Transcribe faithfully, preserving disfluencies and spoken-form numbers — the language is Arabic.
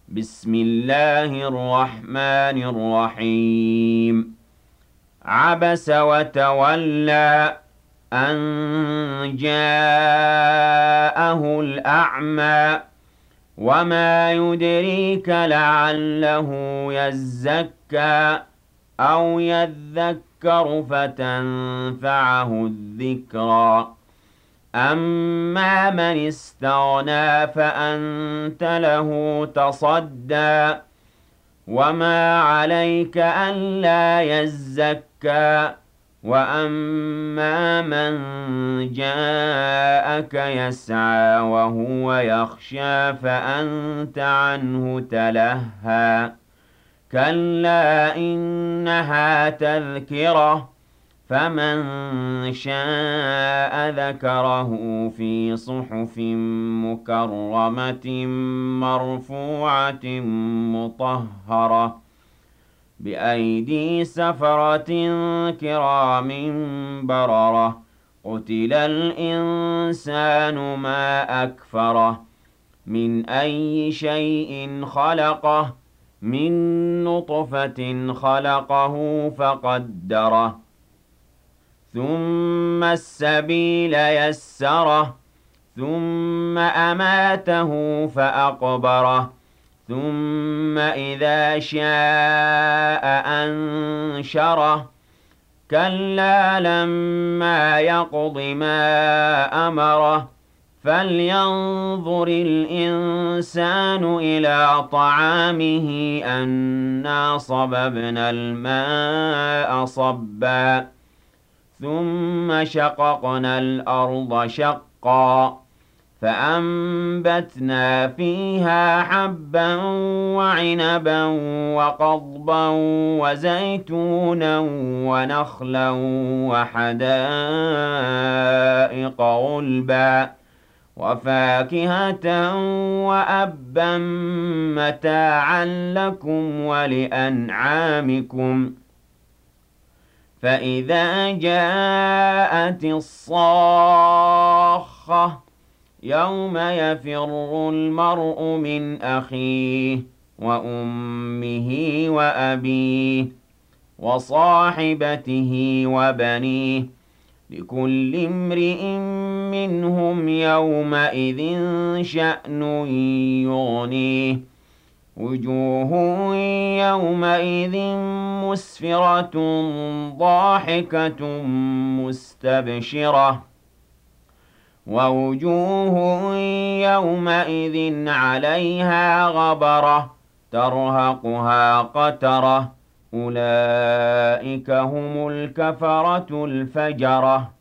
بسم الله الرحمن الرحيم عبس وتولى أن جاءه الأعمى وما يدريك لعله يزكى أو يذكر فتنفعه الذكرى أما من استغنى فأنت له تصدى وما عليك ألا يزكى وأما من جاءك يسعى وهو يخشى فأنت عنه تلهى كلا إنها تذكرة فمن شاء ذكره في صحف مكرمة مرفوعة مطهرة بأيدي سفرة كرام بررة قتل الإنسان ما أكفره من أي شيء خلقه من نطفة خلقه فقدره ثم السبيل يسره ثم أماته فأقبره ثم إذا شاء أنشره كلا لما يقض ما أمره فلينظر الإنسان إلى طعامه أنا صببنا الماء صبا ثم شققنا الأرض شقا فأنبتنا فيها حبا وعنبا وقضبا وزيتونا ونخلا وحدائق غلبا وفاكهة وأبا متاعا لكم ولأنعامكم فإذا جاءت الصاخة يوم يفر المرء من أخيه وأمه وأبيه وصاحبته وبنيه لكل امرئ منهم يومئذ شأن يغنيه وجوه يومئذ مسفرة ضاحكة مستبشرة ووجوه يومئذ عليها غبرة ترهقها قترة أولئك هم الكفرة الفجرة